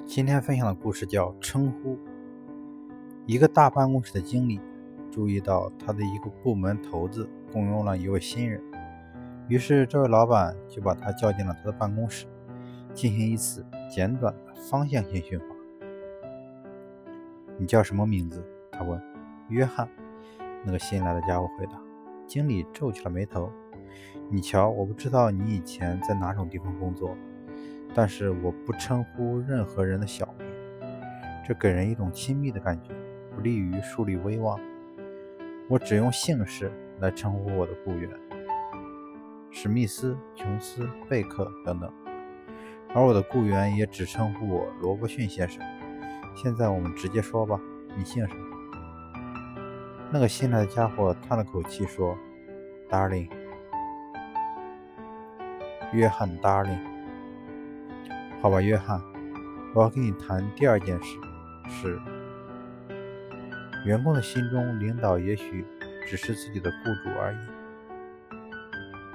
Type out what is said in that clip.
今天分享的故事叫称呼。一个大办公室的经理注意到他的一个部门头子雇佣了一位新人，于是这位老板就把他叫进了他的办公室，进行一次简短的方向性训话。你叫什么名字？他问。约翰，那个新来的家伙回答。经理皱起了眉头。你瞧，我不知道你以前在哪种地方工作，但是我不称呼任何人的小名，这给人一种亲密的感觉，不利于树立威望。我只用姓氏来称呼我的雇员，史密斯、琼斯、贝克等等，而我的雇员也只称呼我罗伯逊先生。现在我们直接说吧，你姓什么？那个新来的家伙叹了口气说 Darling。 约翰 Darling。 好吧，约翰，我要跟你谈第二件事，是员工的心中，领导也许只是自己的雇主而已。